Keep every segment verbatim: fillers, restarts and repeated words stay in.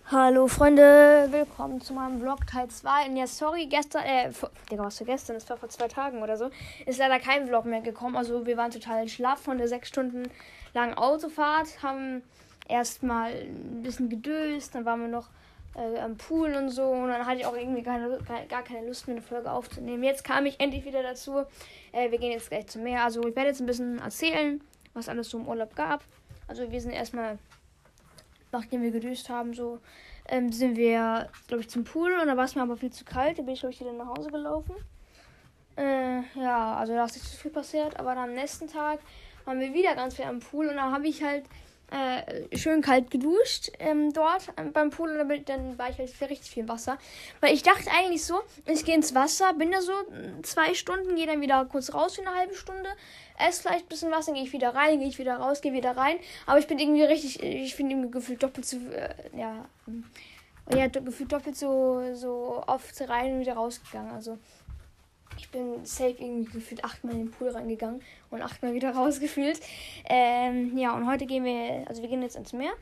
Hallo Freunde, willkommen zu meinem Vlog Teil zwei. Ja, sorry, gestern, äh, vor, Digga, was für gestern? Das war vor zwei Tagen oder so. Ist leider kein Vlog mehr gekommen. Also wir waren total schlaff von der sechs Stunden langen Autofahrt. Haben erstmal ein bisschen gedöst, dann waren wir noch äh, am Pool und so. Und dann hatte ich auch irgendwie keine, gar keine Lust mehr, eine Folge aufzunehmen. Jetzt kam ich endlich wieder dazu. Äh, wir gehen jetzt gleich zum Meer. Also ich werde jetzt ein bisschen erzählen, was alles so im Urlaub gab. Also wir sind erstmal... Nachdem wir gedüst haben, so ähm, sind wir, glaube ich, zum Pool. Und da war es mir aber viel zu kalt. Da bin ich, glaube ich, wieder nach Hause gelaufen. Äh, ja, also da ist nicht so viel passiert. Aber dann am nächsten Tag waren wir wieder ganz viel am Pool. Und da habe ich halt äh, schön kalt geduscht ähm, dort ähm, beim Pool. Und dann, dann war ich halt für richtig viel Wasser. Weil ich dachte eigentlich so, ich gehe ins Wasser, bin da so zwei Stunden, gehe dann wieder kurz raus für eine halbe Stunde. Esse vielleicht ein bisschen was, dann gehe ich wieder rein, gehe ich wieder raus, gehe wieder rein. Aber ich bin irgendwie richtig, ich bin irgendwie gefühlt doppelt so, äh, ja, ja, do, gefühlt doppelt so, so oft rein und wieder rausgegangen. Also ich bin safe irgendwie gefühlt achtmal in den Pool reingegangen und achtmal wieder rausgefühlt. Ähm, ja, und heute gehen wir, also wir gehen jetzt ins Meer.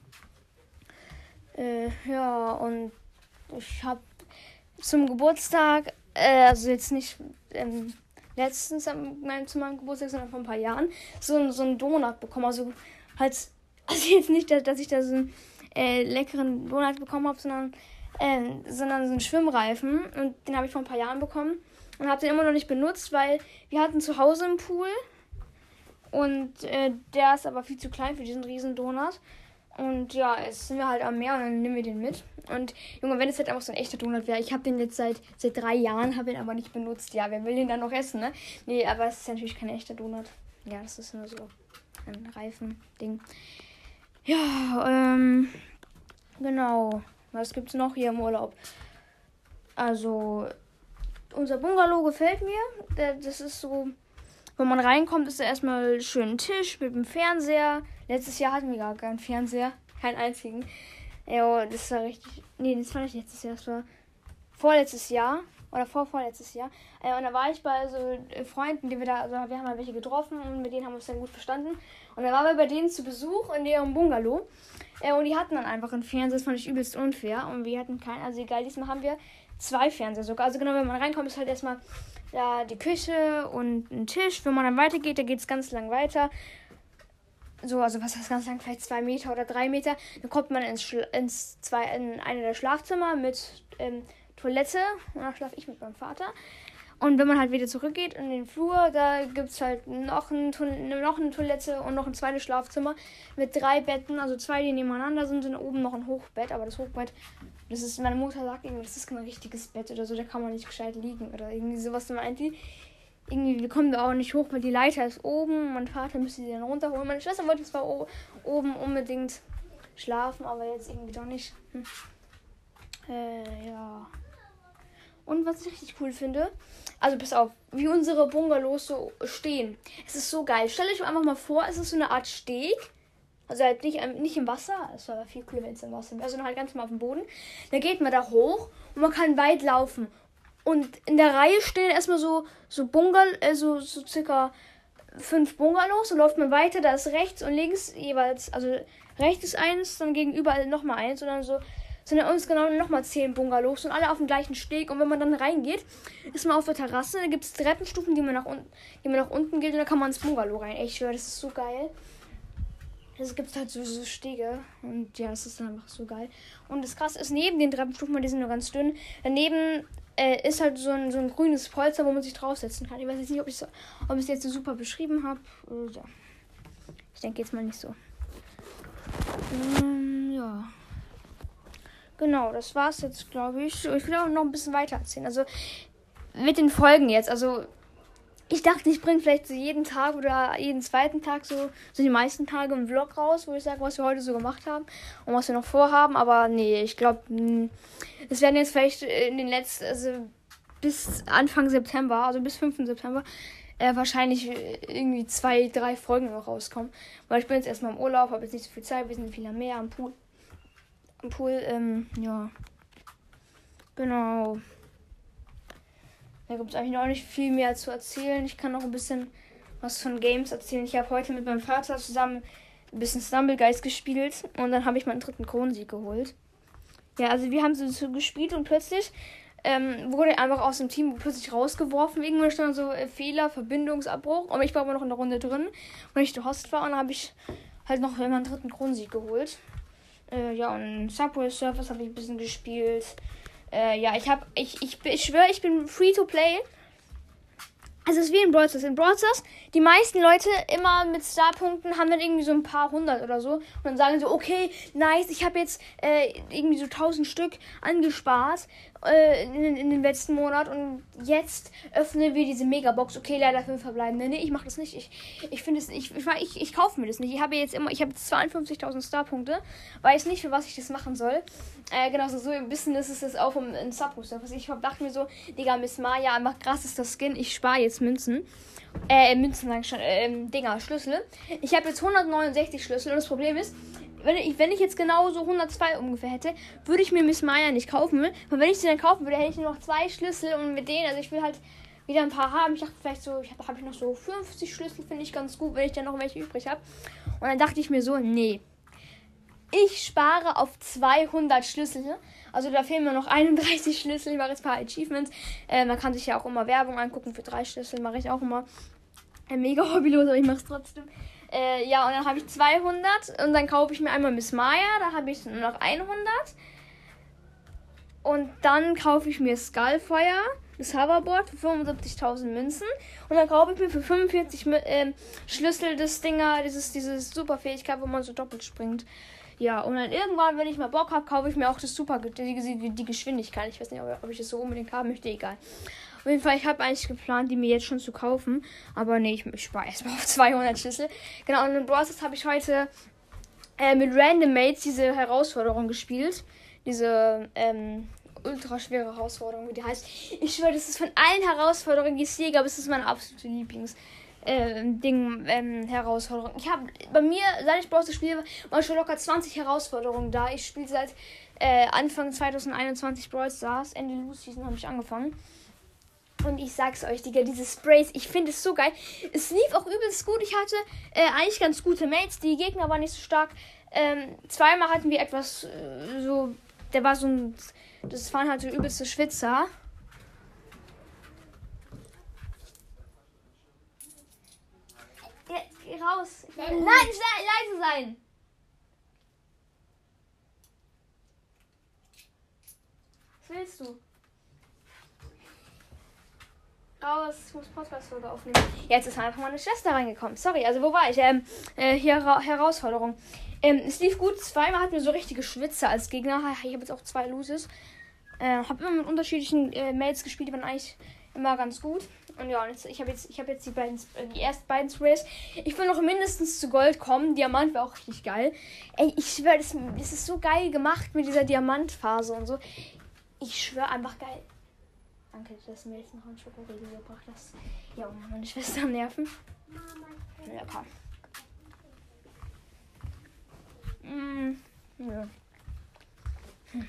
Äh, ja, und ich habe zum Geburtstag, äh, also jetzt nicht, ähm, letztens mein, zu meinem Geburtstag, sondern vor ein paar Jahren, so, so einen Donut bekommen. Also halt, also jetzt nicht, dass, dass ich da so einen äh, leckeren Donut bekommen habe, sondern, äh, sondern so einen Schwimmreifen. Und den habe ich vor ein paar Jahren bekommen und habe den immer noch nicht benutzt, weil wir hatten zu Hause einen Pool und äh, der ist aber viel zu klein für diesen riesen Donut. Und ja, jetzt sind wir halt am Meer und dann nehmen wir den mit. Und Junge, wenn es halt einfach so ein echter Donut wäre, ich habe den jetzt seit seit drei Jahren, habe ihn aber nicht benutzt. Ja, wer will den dann noch essen, ne? Nee, aber es ist ja natürlich kein echter Donut. Ja, das ist nur so ein Reifending. Ja, ähm, genau. Was gibt's noch hier im Urlaub? Also, unser Bungalow gefällt mir. Das ist so... Wenn man reinkommt, ist da erstmal schön ein Tisch mit dem Fernseher. Letztes Jahr hatten wir gar keinen Fernseher. Keinen einzigen. Ja, das war richtig... Nee, das war nicht letztes Jahr. Das war vorletztes Jahr. Oder vorvorletztes Jahr. Und da war ich bei so Freunden, die wir da... Also wir haben mal welche getroffen und mit denen haben wir uns dann gut verstanden. Und dann waren wir bei denen zu Besuch in ihrem Bungalow. Und die hatten dann einfach einen Fernseher. Das fand ich übelst unfair. Und wir hatten keinen... Also egal, diesmal haben wir zwei Fernseher sogar. Also genau, wenn man reinkommt, ist halt erstmal... Ja, die Küche und ein Tisch. Wenn man dann weitergeht, da geht es ganz lang weiter. So, also was heißt ganz lang? Vielleicht zwei Meter oder drei Meter. Dann kommt man ins, Schla- ins zwei, in eine der Schlafzimmer mit ähm, Toilette. Und da schlafe ich mit meinem Vater. Und wenn man halt wieder zurückgeht in den Flur, da gibt es halt noch, ein, noch eine Toilette und noch ein zweites Schlafzimmer mit drei Betten. Also zwei, die nebeneinander sind, und oben noch ein Hochbett. Aber das Hochbett, das ist, meine Mutter sagt irgendwie, das ist kein richtiges Bett oder so, da kann man nicht gescheit liegen oder irgendwie sowas. Meint die. Irgendwie, wir kommen da auch nicht hoch, weil die Leiter ist oben. Mein Vater müsste die dann runterholen. Meine Schwester wollte zwar o- oben unbedingt schlafen, aber jetzt irgendwie doch nicht. Hm. Äh, ja. Und was ich richtig cool finde, also pass auf, wie unsere Bungalows so stehen. Es ist so geil. Stellt euch einfach mal vor, es ist so eine Art Steg. Also halt nicht, nicht im Wasser. Es war viel cooler, wenn es im Wasser wäre. Also halt ganz mal auf dem Boden. Da geht man da hoch und man kann weit laufen. Und in der Reihe stehen erstmal so, so Bungalows, äh, so, so circa fünf Bungalows. Dann läuft man weiter, da ist rechts und links jeweils, also rechts ist eins, dann gegenüber nochmal eins. Und dann so sind ja uns genau nochmal zehn Bungalows und alle auf dem gleichen Steg. Und wenn man dann reingeht, ist man auf der Terrasse. Da gibt es Treppenstufen, die man, nach un- die man nach unten geht. Und dann kann man ins Bungalow rein. Echt, ich schwöre, das ist so geil. Es gibt halt so, so Stege. Und ja, es ist dann einfach so geil. Und das Krasse ist, neben den Treppenstufen, die sind nur ganz dünn, daneben äh, ist halt so ein, so ein grünes Polster, wo man sich draufsetzen kann. Ich weiß jetzt nicht, ob ich es jetzt so super beschrieben habe. Äh, ja. Ich denke jetzt mal nicht so. Ähm, ja. Genau, das war's jetzt, glaube ich. Ich will auch noch ein bisschen weiter erzählen. Also mit den Folgen jetzt. Also ich dachte, ich bringe vielleicht so jeden Tag oder jeden zweiten Tag so, so die meisten Tage einen Vlog raus, wo ich sage, was wir heute so gemacht haben und was wir noch vorhaben. Aber nee, ich glaube, es werden jetzt vielleicht in den letzten, also bis Anfang September, also bis fünften September, äh, wahrscheinlich irgendwie zwei, drei Folgen noch rauskommen. Weil ich bin jetzt erstmal im Urlaub, habe jetzt nicht so viel Zeit, wir sind viel am Meer, am Pool. Am Pool, ähm, ja. Genau. Da gibt es eigentlich noch nicht viel mehr zu erzählen. Ich kann noch ein bisschen was von Games erzählen. Ich habe heute mit meinem Vater zusammen ein bisschen Stumblegeist gespielt und dann habe ich meinen dritten Kronensieg geholt. Ja, also wir haben so, so gespielt und plötzlich ähm, wurde er einfach aus dem Team plötzlich rausgeworfen. Irgendwann stand so äh, Fehler, Verbindungsabbruch. Und ich war aber noch in der Runde drin, weil ich der Host war. Und dann habe ich halt noch meinen dritten Kronensieg geholt. Äh, ja, und Subway Surfers habe ich ein bisschen gespielt. Äh, ja, ich habe, ich, ich, ich schwöre, ich bin free to play. Also es ist wie in Brawl Stars. In Brawl Stars, die meisten Leute immer mit Starpunkten haben dann irgendwie so ein paar hundert oder so. Und dann sagen sie, okay, nice, ich habe jetzt äh, irgendwie so tausend Stück angespart äh, in, in den letzten Monat. Und jetzt öffnen wir diese Megabox. Okay, leider fünf verbleibende. Nee, ich mache das nicht. Ich, ich finde es, ich, ich, ich, ich kaufe mir das nicht. Ich habe jetzt immer, ich habe zweiundfünfzigtausend Starpunkte. Weiß nicht, für was ich das machen soll. Äh, genau, so, so ein bisschen ist es das auch um ein Subwooster. Ich dachte mir so, Digga, Miss Maya, einfach krass ist das Skin. Ich spare jetzt Münzen. Äh, Münzen sag ich schon, äh, Dinger, Schlüssel. Ich habe jetzt hundertneunundsechzig Schlüssel und das Problem ist, wenn ich, wenn ich jetzt genau so hundertzwei ungefähr hätte, würde ich mir Miss Maya nicht kaufen. Und wenn ich sie dann kaufen würde, hätte ich nur noch zwei Schlüssel und mit denen, also ich will halt wieder ein paar haben. Ich dachte vielleicht so, ich habe hab ich noch so fünfzig Schlüssel, finde ich ganz gut, wenn ich dann noch welche übrig habe. Und dann dachte ich mir so, nee. Ich spare auf zweihundert Schlüssel. Also da fehlen mir noch einunddreißig Schlüssel. Ich mache jetzt ein paar Achievements. Äh, man kann sich ja auch immer Werbung angucken. Für drei Schlüssel mache ich auch immer. Äh, mega hobbylos, aber ich mache es trotzdem. Äh, ja, und dann habe ich zweihundert. Und dann kaufe ich mir einmal Miss Maya. Da habe ich nur noch hundert. Und dann kaufe ich mir Skullfire, das Hoverboard, für fünfundsiebzigtausend Münzen. Und dann kaufe ich mir für fünfundvierzig äh, Schlüssel das Dinger, dieses, dieses Superfähigkeit, wo man so doppelt springt. Ja, und dann irgendwann, wenn ich mal Bock habe, kaufe ich mir auch das Super, die, die, die Geschwindigkeit. Ich weiß nicht, ob ich das so unbedingt haben möchte, egal. Auf jeden Fall, ich habe eigentlich geplant, die mir jetzt schon zu kaufen. Aber nee, ich, ich spare erstmal auf zweihundert Schlüssel. Genau, und in Brawl Stars habe ich heute äh, mit Random Mates diese Herausforderung gespielt. Diese ähm, ultra schwere Herausforderung, wie die heißt. Ich schwöre, das ist von allen Herausforderungen, die es je gab, ist das meine absolute Lieblings- Ähm, Ding, ähm, Herausforderung. Ich habe bei mir, seit ich Brawl Stars spiele, waren schon locker zwanzig Herausforderungen da. Ich spiele seit äh, Anfang zwanzig einundzwanzig Brawl Stars. Ende Loose Season habe ich angefangen. Und ich sag's euch, Digga, diese Sprays, ich finde es so geil. Es lief auch übelst gut. Ich hatte äh, eigentlich ganz gute Mates. Die Gegner waren nicht so stark. Ähm, zweimal hatten wir etwas äh, so, der war so ein, das waren halt so übelste Schwitzer. Geh raus. Ich will, nein, ich will leise sein. Was willst du? Raus, ich muss Podcast-Folge aufnehmen. Jetzt ist einfach meine Schwester reingekommen. Sorry, also wo war ich? Ähm, äh, hier Ra- Herausforderung. Ähm, es lief gut. Zweimal hatten wir so richtige Schwitzer als Gegner. Ich habe jetzt auch zwei Loses. Äh, habe immer mit unterschiedlichen äh, Mails gespielt, die waren eigentlich immer ganz gut. Und ja, jetzt, ich habe jetzt, ich hab jetzt die, beiden, die ersten beiden Sprays. Ich will noch mindestens zu Gold kommen. Diamant wäre auch richtig geil. Ey, ich schwöre, das, das ist so geil gemacht mit dieser Diamantphase und so. Ich schwöre, einfach geil. Danke, dass du mir jetzt noch einen Schokoriegel gebracht hast. Ja, und meine Schwester am Nerven. Ja, komm. Mm, ja. Hm.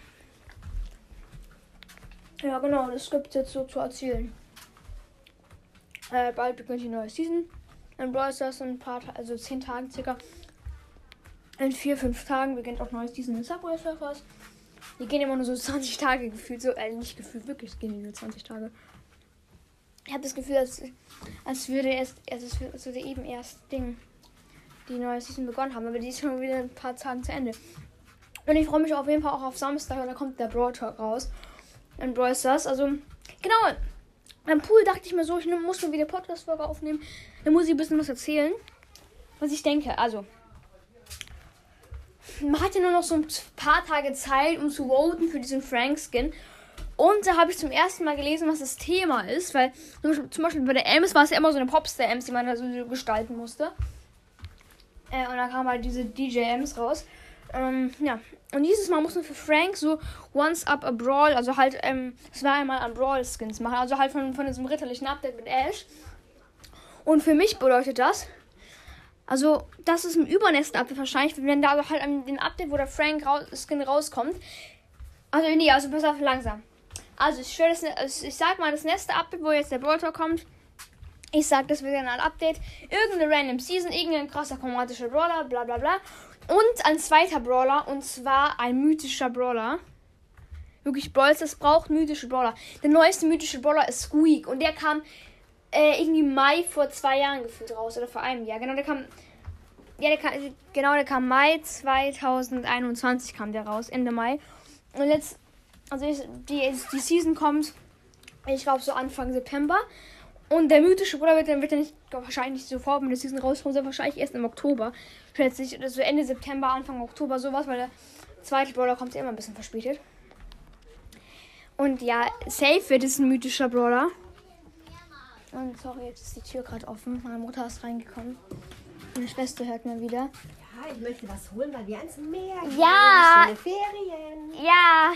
Ja, genau, das gibt jetzt so zu erzählen. Äh, bald beginnt die neue Season. In Brawl Stars in ein paar Tagen, also zehn Tagen circa. In vier, fünf Tagen beginnt auch neue Season in Subway Surfers. Die gehen immer nur so zwanzig Tage gefühlt, so, äh, nicht gefühlt, wirklich, es gehen nur zwanzig Tage. Ich habe das Gefühl, als, als würde erst, also es würde, als würde eben erst Ding, die neue Season begonnen haben, aber die ist schon wieder ein paar Tage zu Ende. Und ich freue mich auf jeden Fall auch auf Samstag, weil da kommt der Brawl Talk raus. In Brawl Stars, also, genau, beim Pool dachte ich mir so, ich muss mal wieder Podcast-Folge aufnehmen, dann muss ich ein bisschen was erzählen, was ich denke, also. Man hat ja nur noch so ein paar Tage Zeit, um zu voten für diesen Frank-Skin. Und da habe ich zum ersten Mal gelesen, was das Thema ist. Weil zum Beispiel bei der Ems war es ja immer so eine Popstar-Ems, die man da so gestalten musste. Äh, und dann kamen halt diese D J-Ems raus. Ähm, ja. Und dieses Mal muss man für Frank so Once Up a Brawl, also halt, ähm, es war einmal an Brawl-Skins machen. Also halt von, von diesem ritterlichen Update mit Ash. Und für mich bedeutet das, also, das ist im übernächsten Update wahrscheinlich, wenn da also halt an den Update, wo der Frank-Skin rauskommt. Also, nee, also pass auf, langsam. Also, ich, schwör, das, also ich sag mal, das nächste Update, wo jetzt der Brawl Talk kommt. Ich sag, das wird dann ein Update. Irgendeine random Season, irgendein krasser chromatischer Brawler, bla bla bla. Und ein zweiter Brawler, und zwar ein mythischer Brawler. wirklich Brawl Stars braucht mythische Brawler. Der neueste mythische Brawler ist Squeak und der kam äh, irgendwie Mai vor zwei Jahren gefühlt raus oder vor einem Jahr. Genau, der kam ja, der kam, genau, der kam Mai zwanzig einundzwanzig kam der raus, Ende Mai. Und jetzt, also ich, die, die Season kommt, ich glaube so Anfang September. Und der mythische Brawler wird dann wird nicht wahrscheinlich nicht sofort mit der Season rauskommen, sondern wahrscheinlich erst im Oktober. Schätze ich, so Ende September, Anfang Oktober sowas, weil der zweite Brawler kommt ja immer ein bisschen verspätet. Und ja, safe wird es ein mythischer Brawler. Und sorry, jetzt ist die Tür gerade offen. Meine Mutter ist reingekommen. Meine Schwester hört mir wieder. Ja, ich möchte was holen, weil wir ans Meer gehen. Ja. Schöne Ferien. Ja.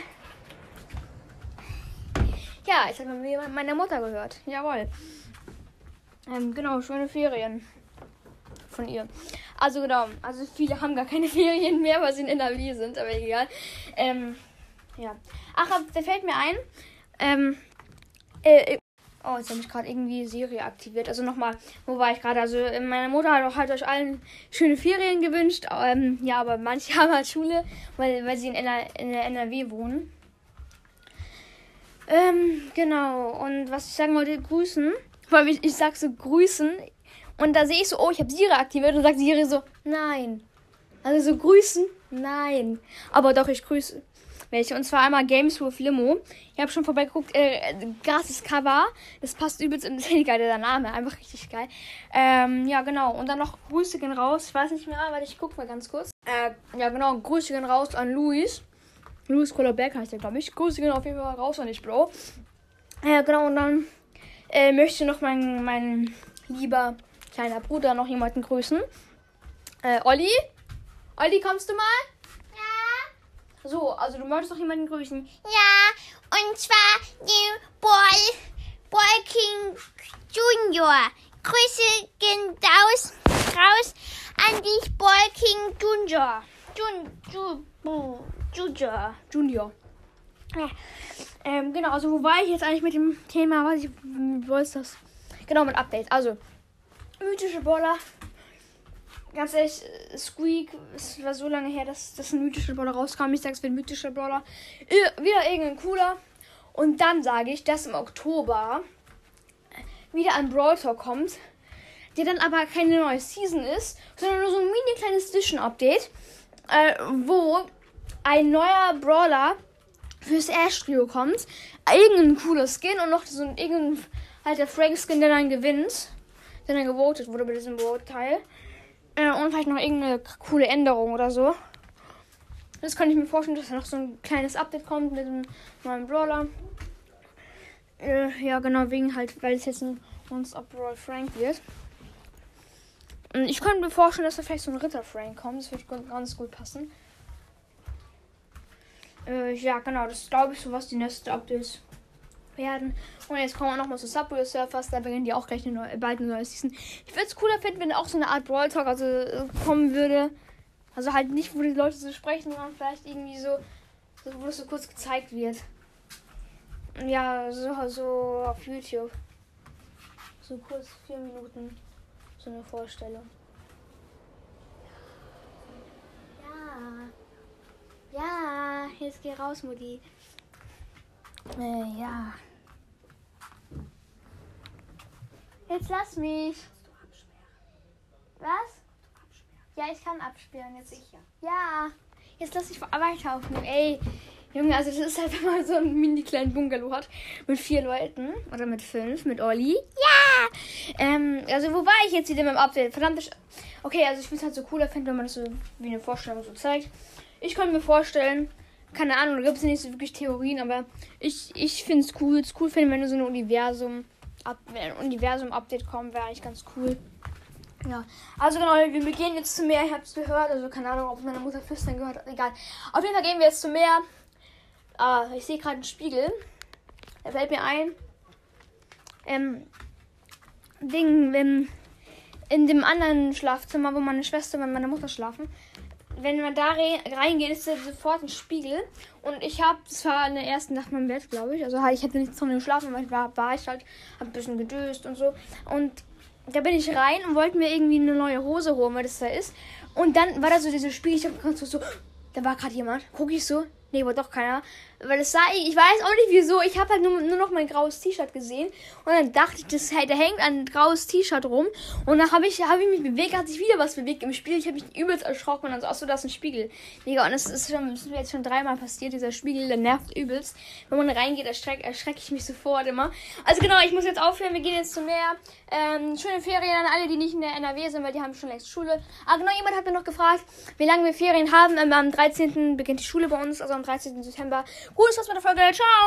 Ja, jetzt hat man mir meine Mutter gehört. Jawohl. Ähm, genau, schöne Ferien von ihr. Also genau, also viele haben gar keine Ferien mehr, weil sie in N R W sind, aber egal. Ähm, ja. Ach, da fällt mir ein. Ähm, äh, oh, jetzt habe ich gerade irgendwie Serie aktiviert. Also nochmal, wo war ich gerade? Also meine Mutter hat, auch, hat euch allen schöne Ferien gewünscht. Ähm, ja, aber manche haben halt Schule, weil, weil sie in, N R, in der N R W wohnen. Ähm, genau. Und was ich sagen wollte, grüßen. Weil ich, ich sag so grüßen. Und da sehe ich so, oh, ich habe Siri aktiviert. Und sagt Siri so, nein. Also so grüßen, nein. Aber doch, ich grüße welche. Und zwar einmal Games with Limo. Ich habe schon vorbeigeguckt. Äh, krasses Cover. Das passt übelst in den geil, der Name. Einfach richtig geil. Ähm, ja, genau. Und dann noch Grüße gehen raus. Ich weiß nicht mehr, weil ich gucke mal ganz kurz. Äh, ja, genau. Grüße gehen raus an Luis. Luis Kohlerberg heißt der, glaube ich. Grüße gehen auf jeden Fall raus an dich, Bro. Ja, genau. Und dann äh, möchte noch mein, mein lieber kleiner Bruder noch jemanden grüßen. Äh, Olli? Olli, kommst du mal? Ja. So, also du möchtest noch jemanden grüßen. Ja, und zwar die Boy, Boy King Junior. Grüße gehen raus, raus an dich, Boy King Junior. Jun, Jun, Junior. Junior. Ja. Ähm, genau, also wo war ich jetzt eigentlich mit dem Thema? Was ich, wo ist das? Genau, mit Updates. Also, mythische Brawler. Ganz ehrlich, Squeak, es war so lange her, dass, dass ein mythischer Brawler rauskam. Ich sage, es wird ein mythischer Brawler. Wieder irgendein cooler. Und dann sage ich, dass im Oktober wieder ein Brawl Talk kommt, der dann aber keine neue Season ist, sondern nur so ein mini kleines Zwischenupdate, äh, wo ein neuer Brawler fürs Ash-Trio kommt, irgendein cooler Skin und noch so ein irgendein halt der Frank-Skin, der dann gewinnt, der dann gewotet wurde bei diesem Vote-Teil. Äh, und vielleicht noch irgendeine coole Änderung oder so. Das kann ich mir vorstellen, dass da noch so ein kleines Update kommt mit einem neuen Brawler. Äh, ja, genau, wegen halt, weil es jetzt ein Once-Up-Brawl Frank wird. Und ich könnte mir vorstellen, dass da vielleicht so ein Ritter-Frank kommt. Das wird ganz gut passen. Äh, ja, genau, das ist, glaube ich, so, was die nächsten Updates werden. Und jetzt kommen wir nochmal zu Subway Surfers. Da beginnen die auch gleich eine neue, bald eine neue Season. Ich würde es cooler finden, wenn auch so eine Art Brawl Talk also, äh, kommen würde. Also halt nicht, wo die Leute so sprechen, sondern vielleicht irgendwie so, so wo das so kurz gezeigt wird. Ja, so, so auf YouTube. So kurz, vier Minuten. So eine Vorstellung. Ja. Ja, jetzt geh raus, Mutti. Äh, ja. Jetzt lass mich. Was? Ja, ich kann absperren jetzt. Sicher. Ja. Jetzt lass ich weiter aufnehmen. Ey, Junge, also das ist halt, wenn man so einen mini kleinen Bungalow hat mit vier Leuten oder mit fünf, mit Olli. Ja. Ähm, also wo war ich jetzt wieder mit dem Update? Verdammt. Ich, okay, also ich finde es halt so cooler, finde, wenn man das so wie eine Vorstellung so zeigt. Ich kann mir vorstellen, keine Ahnung, da gibt es nicht so wirklich Theorien, aber ich, ich finde es cool. Es cool finden, wenn du so ein Universum, ab, wenn ein Universum-Update kommt, wäre eigentlich ganz cool. Ja, also genau, wir gehen jetzt zum Meer, ich hab's gehört, also keine Ahnung, ob meine Mutter flüstern gehört hat, egal. Auf jeden Fall gehen wir jetzt zum Meer. Ah, ich sehe gerade einen Spiegel. Da fällt mir ein. Ähm, Ding, wenn in dem anderen Schlafzimmer, wo meine Schwester und meine Mutter schlafen, wenn man da re- reingeht, ist da sofort ein Spiegel. Und ich habe, das war in der ersten Nacht mein Bett, glaube ich. Also ich hatte nicht drin geschlafen, weil ich war, war ich halt, hab ein bisschen gedöst und so. Und da bin ich rein und wollte mir irgendwie eine neue Hose holen, weil das da ist. Und dann war da so dieser Spiegel, ich hab so, so da war gerade jemand. Guck ich so, nee, war doch keiner. weil es sah, ich weiß auch nicht wieso, ich habe halt nur, nur noch mein graues T-Shirt gesehen und dann dachte ich, das halt, da hängt ein graues T-Shirt rum und dann habe ich, hab ich mich bewegt, hat sich wieder was bewegt im Spiel, ich habe mich übelst erschrocken und dann so, achso, da ist ein Spiegel. Digga, und das ist, schon, das ist mir jetzt schon dreimal passiert, dieser Spiegel, der nervt übelst. Wenn man reingeht, erschrecke erschreck ich mich sofort immer. Also genau, ich muss jetzt aufhören, wir gehen jetzt zum Meer. Ähm, schöne Ferien an alle, die nicht in der N R W sind, weil die haben schon längst Schule. Ah genau, jemand hat mir noch gefragt, wie lange wir Ferien haben. Ähm, am dreizehnten beginnt die Schule bei uns, also am dreizehnten September. Gut, das war's mit der Folge. Ciao!